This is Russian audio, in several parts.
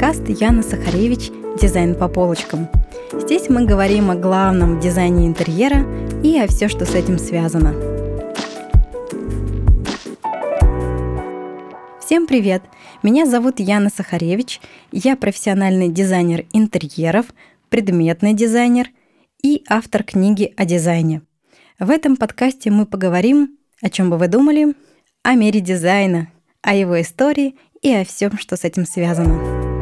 подкаст Яна Сахаревич «Дизайн по полочкам». Здесь мы говорим о главном в дизайне интерьера и о все, что с этим связано. Всем привет! Меня зовут Яна Сахаревич, я профессиональный дизайнер интерьеров, предметный дизайнер и автор книги о дизайне. В этом подкасте мы поговорим, о чем бы вы думали, о мире дизайна, о его истории и о всем, что с этим связано.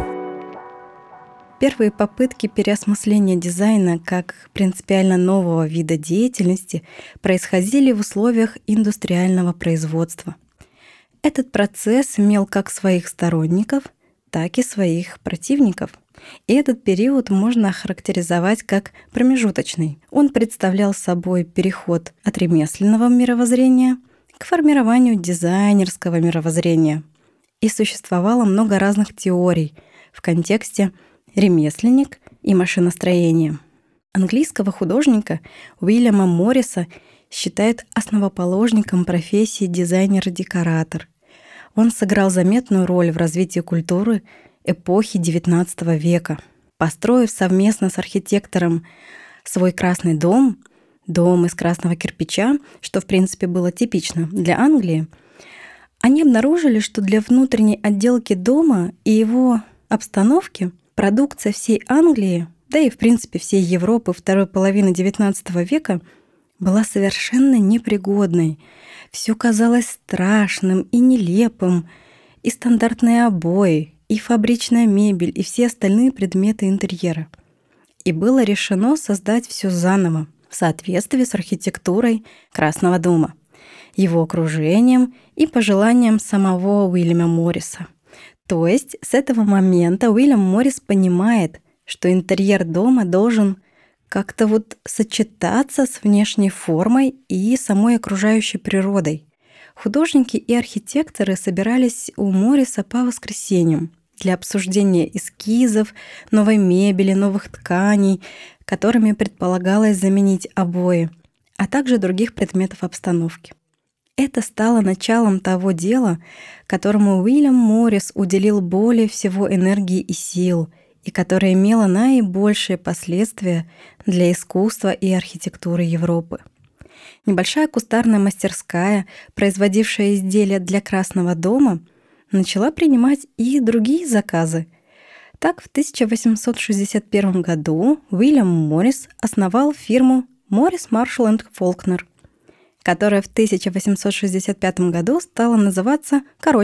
Первые попытки переосмысления дизайна как принципиально нового вида деятельности происходили в условиях индустриального производства. Этот процесс имел как своих сторонников, так и своих противников. И этот период можно охарактеризовать как промежуточный. Он представлял собой переход от ремесленного мировоззрения к формированию дизайнерского мировоззрения. И существовало много разных теорий в контексте ремесленник и машиностроение. Английского художника Уильяма Морриса считают основоположником профессии дизайнер-декоратор. Он сыграл заметную роль в развитии культуры эпохи XIX века, построив совместно с архитектором свой красный дом из красного кирпича, что в принципе было типично для Англии. Они обнаружили, что для внутренней отделки дома и его обстановки продукция всей Англии, да и в принципе всей Европы второй половины XIX века была совершенно непригодной. Все казалось страшным и нелепым, и стандартные обои, и фабричная мебель, и все остальные предметы интерьера. И было решено создать все заново в соответствии с архитектурой Красного дома, его окружением и пожеланием самого Уильяма Морриса. То есть с этого момента Уильям Моррис понимает, что интерьер дома должен как-то сочетаться с внешней формой и самой окружающей природой. Художники и архитекторы собирались у Морриса по воскресеньям для обсуждения эскизов, новой мебели, новых тканей, которыми предполагалось заменить обои, а также других предметов обстановки. Это стало началом того дела, которому Уильям Моррис уделил более всего энергии и сил, и которое имело наибольшие последствия для искусства и архитектуры Европы. Небольшая кустарная мастерская, производившая изделия для Красного дома, начала принимать и другие заказы. Так, в 1861 году Уильям Моррис основал фирму Morris, Marshall & Faulkner, которая в 1865 году стала называться,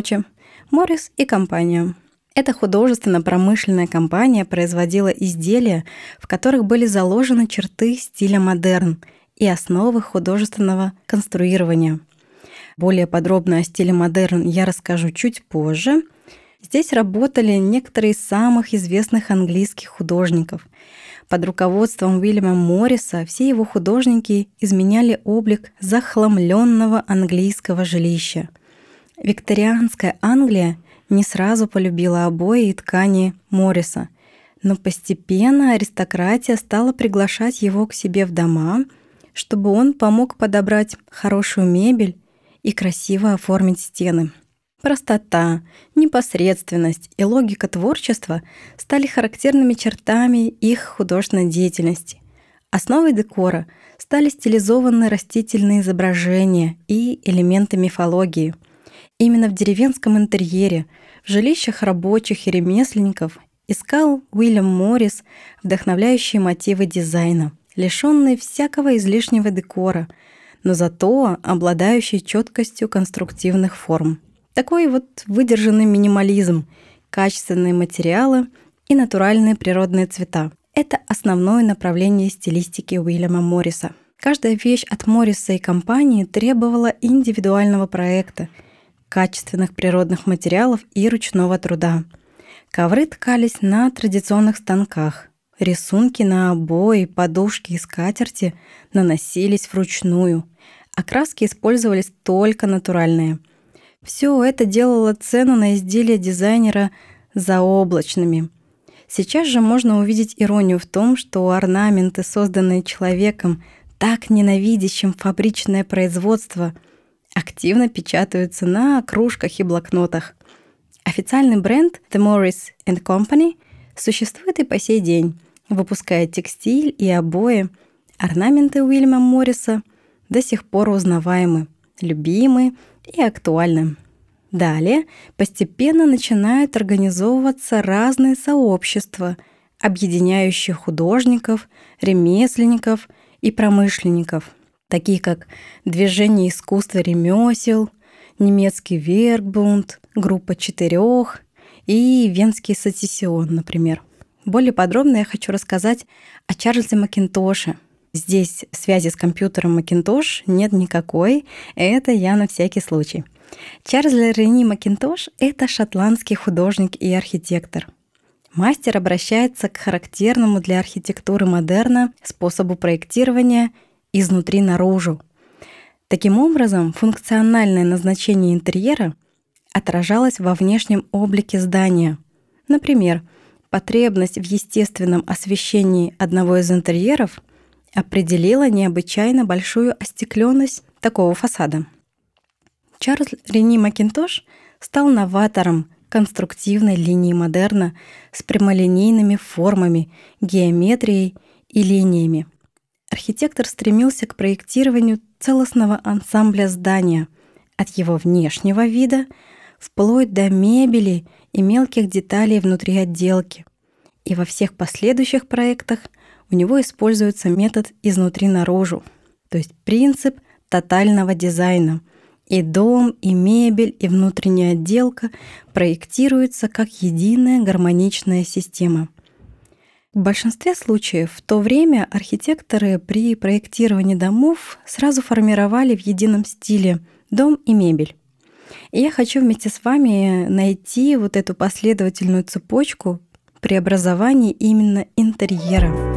Моррис и компания. Эта художественно-промышленная компания производила изделия, в которых были заложены черты стиля модерн и основы художественного конструирования. Более подробно о стиле модерн я расскажу чуть позже. Здесь работали некоторые из самых известных английских художников. Под руководством Уильяма Морриса все его художники изменяли облик захламленного английского жилища. Викторианская Англия не сразу полюбила обои и ткани Морриса, но постепенно аристократия стала приглашать его к себе в дома, чтобы он помог подобрать хорошую мебель и красиво оформить стены. Простота, непосредственность и логика творчества стали характерными чертами их художественной деятельности. Основой декора стали стилизованные растительные изображения и элементы мифологии. Именно в деревенском интерьере, в жилищах рабочих и ремесленников искал Уильям Моррис вдохновляющие мотивы дизайна, лишённые всякого излишнего декора, но зато обладающие чёткостью конструктивных форм. Такой выдержанный минимализм, качественные материалы и натуральные природные цвета. Это основное направление стилистики Уильяма Морриса. Каждая вещь от Морриса и компании требовала индивидуального проекта, качественных природных материалов и ручного труда. Ковры ткались на традиционных станках. Рисунки на обои, подушки и скатерти наносились вручную, а краски использовались только натуральные. Все это делало цену на изделия дизайнера заоблачными. Сейчас же можно увидеть иронию в том, что орнаменты, созданные человеком, так ненавидящим фабричное производство, активно печатаются на кружках и блокнотах. Официальный бренд The Morris Company существует и по сей день, выпуская текстиль и обои. Орнаменты Уильяма Морриса до сих пор узнаваемы, любимы и актуальны. Далее постепенно начинают организовываться разные сообщества, объединяющие художников, ремесленников и промышленников, такие как Движение искусства ремесел, немецкий Веркбунд, Группа четырех и Венский сецессион, например. Более подробно я хочу рассказать о Чарльзе Макинтоше. Здесь связи с компьютером Макинтош нет никакой, это я на всякий случай. Чарльз Рени Макинтош — это шотландский художник и архитектор. Мастер обращается к характерному для архитектуры модерна способу проектирования изнутри наружу. Таким образом, функциональное назначение интерьера отражалось во внешнем облике здания. Например, потребность в естественном освещении одного из интерьеров определила необычайно большую остекленность такого фасада. Чарльз Рени Макинтош стал новатором конструктивной линии модерна с прямолинейными формами, геометрией и линиями. Архитектор стремился к проектированию целостного ансамбля здания, от его внешнего вида вплоть до мебели и мелких деталей внутри отделки. И во всех последующих проектах у него используется метод изнутри наружу, то есть принцип тотального дизайна. И дом, и мебель, и внутренняя отделка проектируются как единая гармоничная система. В большинстве случаев в то время архитекторы при проектировании домов сразу формировали в едином стиле дом и мебель. И я хочу вместе с вами найти вот эту последовательную цепочку преобразований именно интерьера.